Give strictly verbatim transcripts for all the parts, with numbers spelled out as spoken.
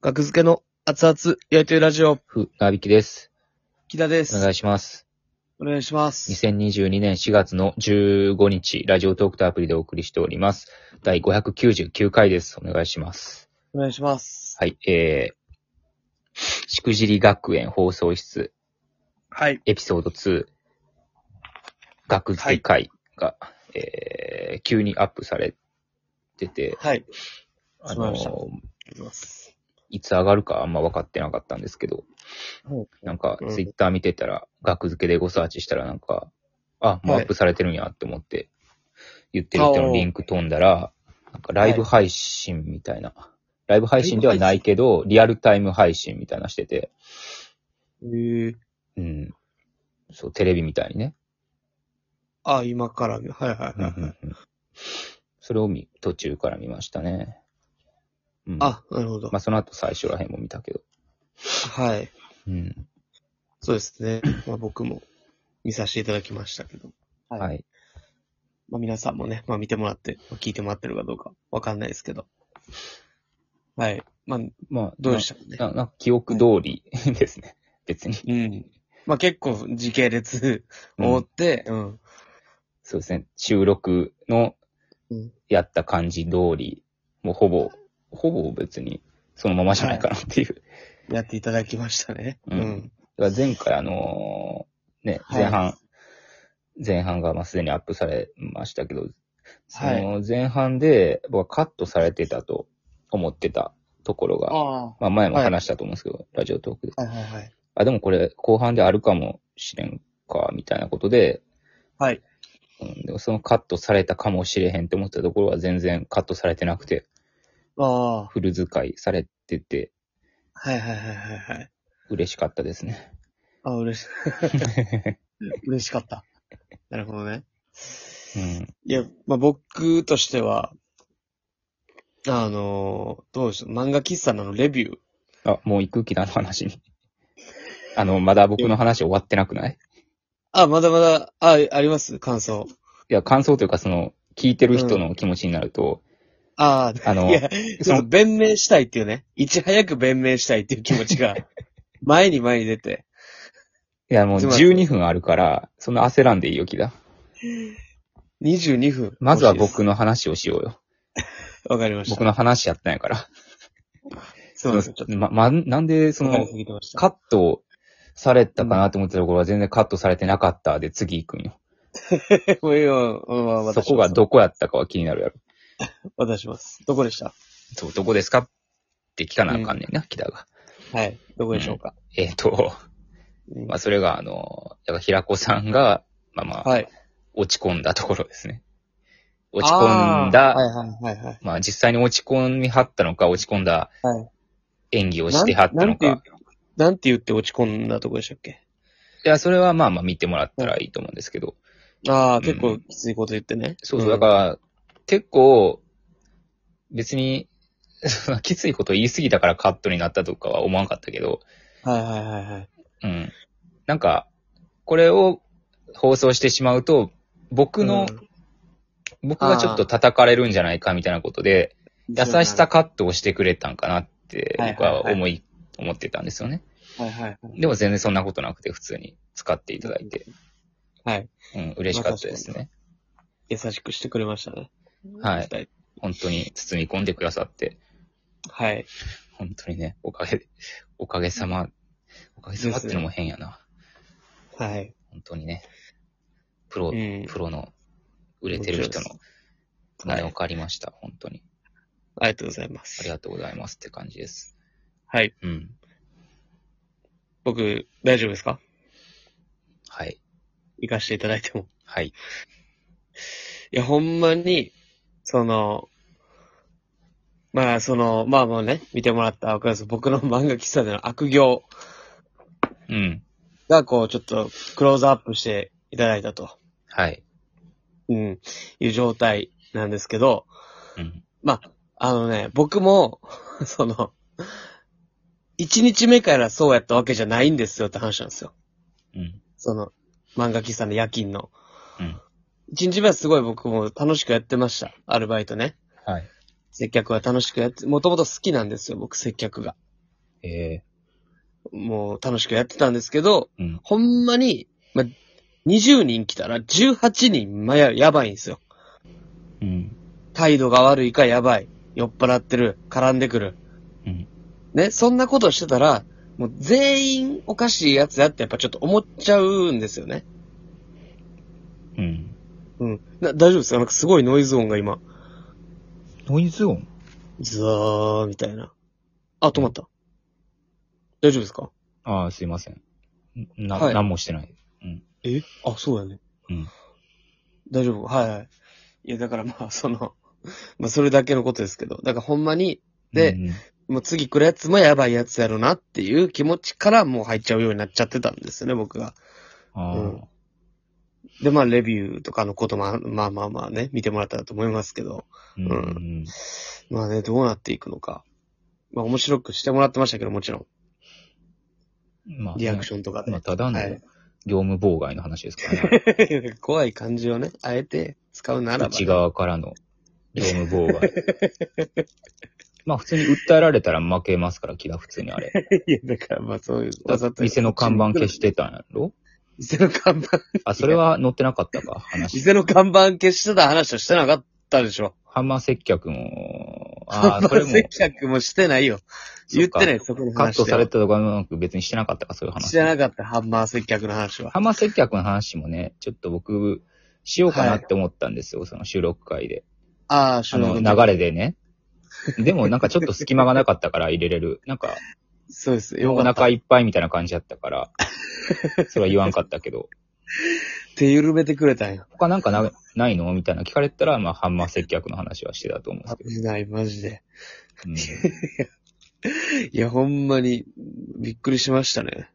学付けの熱々焼いてるラジオ、 ふ、なびきです。 木田です。 お願いします。 お願いします。 にせんにじゅうにねんしがつのじゅうごにち、ラジオトークとアプリでお送りしております。だいごひゃくきゅうじゅうきゅうかいです。お願いします。 お願いします。 はい、えー、しくじり学園放送室、 はい。 エピソードに、学付け会が、はい、えー、急にアップされてて、 はい。 あのー、 いますいつ上がるかあんま分かってなかったんですけど、 はい、 なんか、ツイッター見てたら、学付けでごサーチしたらなんか、あ、もうアップされてるんやって思って、言ってる人のリンク飛んだら、なんかライブ配信みたいな。ライブ配信ではないけど、リアルタイム配信みたいなしてて。 へー。 うん。そう、テレビみたいにね。 あ、今からね。はいはいはい、はいうんうん。それを見、途中から見ましたね。 うん、あ、なるほど。 まあその後最初らへんも見たけど。 はい。 うん。 そうですね。まあ僕も見させていただきましたけど。 はい。はい、 まあ皆さんもね、まあ見てもらって、聞いてもらってるかどうかわかんないですけど。はい。まあ、まあ、どうでしたかね。 な、な、記憶通りですね。別に。 うん。まあ結構時系列を追って、うん、うん。 そうですね。収録のやった感じ通り、もうほぼ、ほぼ別にそのままじゃないかなっていう。 はい、やっていただきましたね。 うん。うん、だから前回あのー、ね、前半、はい、前半がまあすでにアップされましたけど、その前半で僕はカットされてたと思ってたところが、あまあ前も話したと思うんですけど、はい、ラジオトークで。 はいはいはい。 あ、でもこれ後半であるかもしれんか、みたいなことで、 はい。 うん、でもそのカットされたかもしれへんって思ったところは全然カットされてなくて、 ああ。 フル使いされてて、 はいはいはいはいはい。 嬉しかったですね。 あ、嬉し、嬉しかった。なるほどね。 うん。 いや、まあ、僕としては、あのー、どうでしょう、漫画喫茶のレビュー。 あ、もう行く気だの話に。あの、まだ僕の話終わってなくない？ あ、まだまだ、あ、あります感想。 いや、感想というか、その、聞いてる人の気持ちになると、 うん、ああ、 あの、 いや、ちょっと弁明したいっていうね、いち早く弁明したいっていう気持ちが、前に前に出て。 いや、もうじゅうにふんあるから、そんな焦らんでいいよ、気だ。 にじゅうにふん。 まずは僕の話をしようよ。 わかりました。 僕の話やったんやから。 すいません、ちょっと。 ま、ま、なんで、その、カットされたかなと思ってたところは全然カットされてなかったで次行くんよ。 もう今、 そこがどこやったかは気になるやろ。 渡します。どこでした？ そう、どこですかって聞かなあかんねんな、北、うん、が。 はい。どこでしょうか？ うん、えっ、ー、と、うん、まあ、それが、あの、だから平子さんが、まあまあ、はい、落ち込んだところですね。落ち込んだ、はいはいはいはい、まあ実際に落ち込みはったのか、落ち込んだ演技をしてはったのか。 なんて、なんて言って落ち込んだとこでしたっけ？ いや、それはまあまあ見てもらったらいいと思うんですけど。 ああ、うん、結構きついこと言ってね。 そうそう、だから、結構、別に、きついこと言い過ぎたからカットになったとかは思わんかったけど。 はいはいはいはい。 うん。なんか、これを放送してしまうと、僕の、うん、僕がちょっと叩かれるんじゃないかみたいなことで、優しさカットをしてくれたんかなって僕は思い、思ってたんですよね。 はいはいはい。 でも全然そんなことなくて普通に使っていただいて。 はい。 うん、嬉しかったですね。 優しくしてくれましたね。 はい。本当に包み込んでくださって。 はい。 本当にね、おかげ、おかげさま、おかげさまってのも変やな。 はい。 本当にね、プロ、うん、プロの売れてる人の名を借りました、はい、本当に。 ありがとうございます。 ありがとうございますって感じです。 はい。 うん。 僕、大丈夫ですか？ はい。 行かせていただいても。 はい。 いや、ほんまに、その、まあ、その、まあもうね、見てもらったわかるんです。僕の漫画喫茶での悪行。 うん。 が、こう、ちょっと、クローズアップしていただいたと。 はい。 うん。いう状態なんですけど。 うん。 まあ、あのね、僕も、その、一日目からそうやったわけじゃないんですよって話なんですよ。 うん。 その、漫画喫茶の夜勤の。 うん。 一日目はすごい僕も楽しくやってました。アルバイトね。 はい。 接客は楽しくやって、もともと好きなんですよ、僕接客が。 えもう楽しくやってたんですけど、 ー、うん。 ほんまに、ま、にじゅうにん来たらじゅうはちにんまや、やばいんですよ。 うん。 態度が悪いかやばい。酔っ払ってる。絡んでくる。 うん。 ね、そんなことしてたら、もう全員おかしいやつやってやっぱちょっと思っちゃうんですよね。 うん。 うん。な、大丈夫ですか？なんかすごいノイズ音が今。 ノイズ音ザーみたいな。あ、止まった。大丈夫ですか？ ああ、すいません。な、 はいなんもしてない。うん。 えあ、そうやね。 うん。 大丈夫。はいはい。いや、だからまあ、その、まあ、それだけのことですけど。だからほんまに、で、 うん、 もう次来るやつもやばいやつやろなっていう気持ちからもう入っちゃうようになっちゃってたんですよね、僕が。 ああ、 うんで、まあ、レビューとかのことも、まあまあまあね、見てもらったらと思いますけど。 うん。うん。 まあね、どうなっていくのか。まあ面白くしてもらってましたけど、もちろん。 まあ、ね、 リアクションとかで。 まあ、ただのはい業務妨害の話ですからね。 怖い漢字をね、あえて使うならば、ね。 内側からの業務妨害。まあ、普通に訴えられたら負けますから、キラ普通にあれ。 いや、だからまあそういう、わざと。 店の看板消してたんやろ店の看板、 あ、それは載ってなかったか、話。 店の看板消してた話はしてなかったでしょ。 ハンマー接客も、ああ、それも、 接客もしてないよ。言ってない、そこのカッ話では。 トされたとかなく別にしてなかったか、そういう話。 知らなかった、ハンマー接客の話は。 ハンマー接客の話もね、ちょっと僕、しようかなって思ったんですよ、その収録会で。 ああ、 あ収録の、流れでね。でもなんかちょっと隙間がなかったから入れれる。なんか、 そうです。 およかった。 腹いっぱいみたいな感じだったから、それは言わんかったけど、 手緩めてくれたんや。 他なんかなないのみたいな聞かれたら、まあ、ハンマー接客の話はしてたと思うんですけど。 危ない、マジで。 うんいや、ほんまに、びっくりしましたね。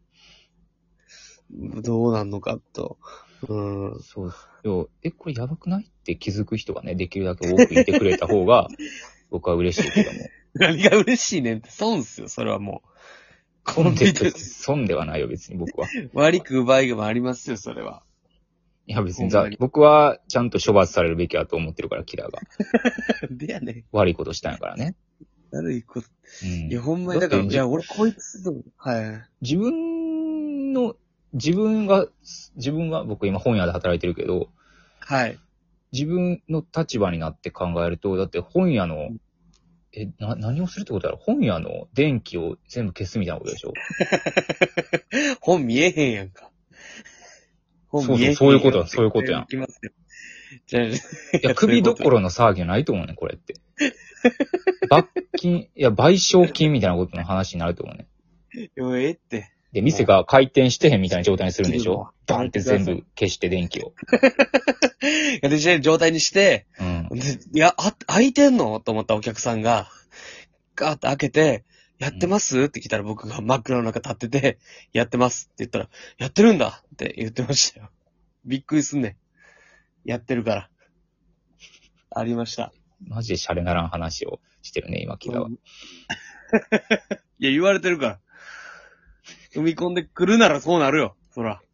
どうなんのかと。うん。 そうですよ。え、これやばくないって気づく人がね、できるだけ多くいてくれた方が、僕は嬉しいけども。 何が嬉しいねんって、損っすよ、それはもう。 損で、損ではないよ、別に僕は。 割り食う場合もありますよ、それは。 いや、別にほんまに僕はちゃんと処罰されるべきだと思ってるから、キラーが。 でやねん。 悪いことしたんやからね。 悪いこと。 うん。 いや、ほんまに、だから、 だっていや、俺こいつと、はい。 自分の、自分が、自分は、僕今本屋で働いてるけど、 はい。 自分の立場になって考えると、だって本屋の、え、な、何をするってことだろう本屋の電気を全部消すみたいなことでしょ本見えへんやんか。本見えへんやん。 そうそうそういうことそういうことやんいますよ。じゃあ、いいや、首どころの騒ぎじゃないと思うね、これって。罰金、いや、賠償金みたいなことの話になると思うね。 よ、ええって。 で、店が回転してへんみたいな状態にするんでしょうんバンって全部消して電気を。 私ね、状態にして、 うん。 でいや、あ、開いてんのと思ったお客さんが、ガーって開けて、やってますって聞いたら僕が真っ暗の中立ってて、やってますって言ったら、やってるんだって言ってましたよ。びっくりすんねん。やってるから。ありました。 マジでシャレならん話をしてるね、今、キラは。 いや、言われてるから。踏み込んでくるならそうなるよ。そら。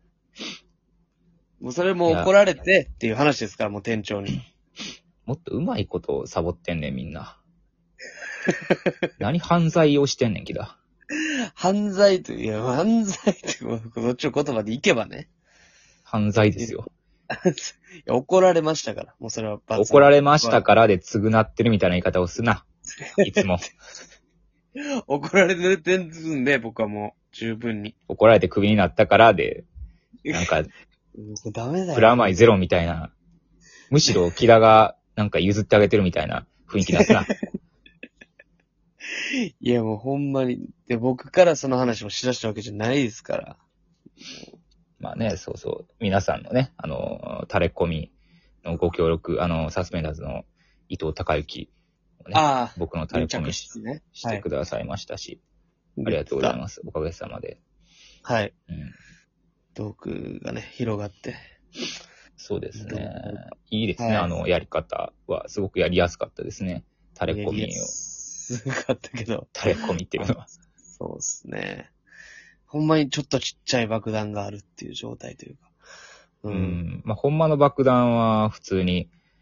もうそれも怒られてっていう話ですから、もう店長に。 もっとうまいことをサボってんねん、みんな。何犯罪をしてんねん、キラ。 犯罪と、いや、犯罪って、こっちの言葉でいけばね。 犯罪ですよ。 いや怒られましたから。もうそれは罰怒られましたからで償ってるみたいな言い方をすな。いつも。 怒られてるんで、僕はもう十分に。 怒られてクビになったからで、なんか、 うんダメだよ。 プラマイゼロみたいな。むしろキラがなんか譲ってあげてるみたいな雰囲気出すな。 いや、もうほんまに。で、僕からその話もしだしたわけじゃないですから。 まあね、そうそう。皆さんのね、あの、タレコミのご協力、あの、サスペンダーズの伊藤孝之をね、 ああ。 僕のタレコミし,、 ね、 してくださいましたし、 はい、 ありがとうございす。 ます。おかげさまで。 はい。 うん。 トークがね、広がって。 そうですね。いいですね、 はい、 あの、やり方は。すごくやりやすかったですね。タレコミを。 すごかったけど。 タレコミっていうのは。 そうですね。ほんまにちょっとちっちゃい爆弾があるっていう状態というか。 うん。うん、まあ、ほんまの爆弾は普通に、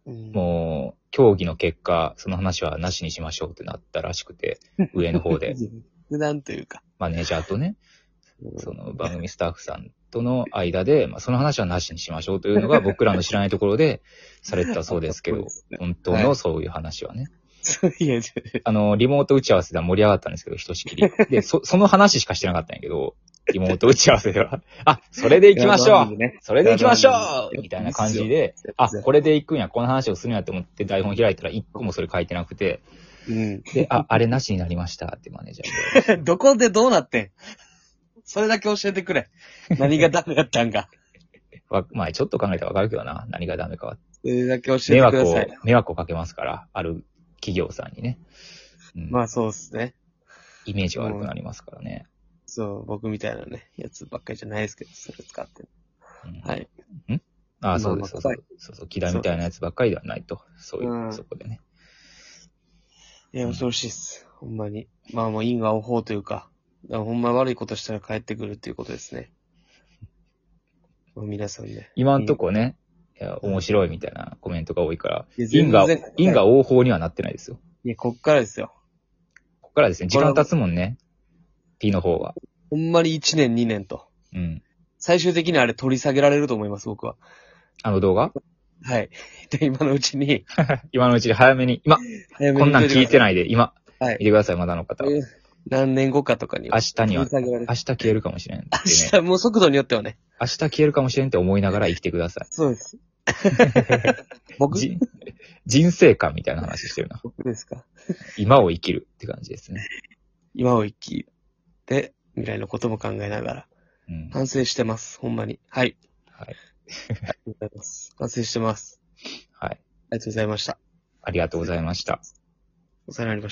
うん、 もう、協議の結果、その話はなしにしましょうってなったらしくて、上の方で。 普段というか。 マネージャーとね、 うん、 その番組スタッフさんとの間で、まあ、その話はなしにしましょうというのが僕らの知らないところでされてたそうですけど、 そうですね、 本当のそういう話はね。 いや、 あの、リモート打ち合わせでは盛り上がったんですけど、ひとしきり。で、そ、その話しかしてなかったんやけど、リモート打ち合わせでは。あ、それで行きましょう、ね、それで行きましょうみたいな感じで、あ、これで行くんや、この話をするんやと思って台本開いたら一個もそれ書いてなくて、 うん、 で、あ、あれなしになりましたってマネージャーに。 どこでどうなってんそれだけ教えてくれ。何がダメだったんか。 わまあ、ちょっと考えたらわかるけどな、何がダメかは。 それだけ教えてください。 迷惑を、迷惑をかけますから、ある企業さんにね。 うん、まあそうですね。 イメージが悪くなりますからね。 そう、僕みたいなね、やつばっかりじゃないですけど、それ使って。うん、はい。 んああ、そうです、そうそう。そうそう、嫌いみたいなやつばっかりではないと。そういう、うん、そこでね。 いや、恐ろしいっす。ほんまに。まあもう因果応報というか、ほんま悪いことしたら帰ってくるっていうことですね。もう皆さんね。 今んとこね、いや、面白いみたいなコメントが多いから、因果、因果応報にはなってないですよ。 いや、こっからですよ。 こっからですね。時間経つもんね。P の方は。 ほんまにいちねん、にねんと。 うん。 最終的にあれ取り下げられると思います、僕は。 あの動画はい。で、今のうちに。 今のうちに早めに、今、早めにこんなん聞いてないで、今、はい、見てください、まだの方。 何年後かとかには。明日には、明日消えるかもしれん、ね。 明日、もう速度によってはね。 明日消えるかもしれんって思いながら生きてください。 そうです。僕人生観みたいな話してるな。 僕ですか。 今を生きるって感じですね。 今を生きて、未来のことも考えながら。うん、反省してます。ほんまに。はい。はい。ありがとうございます。反省してます。 はい。ありがとうございました。 ありがとうございました。 お世話になりました。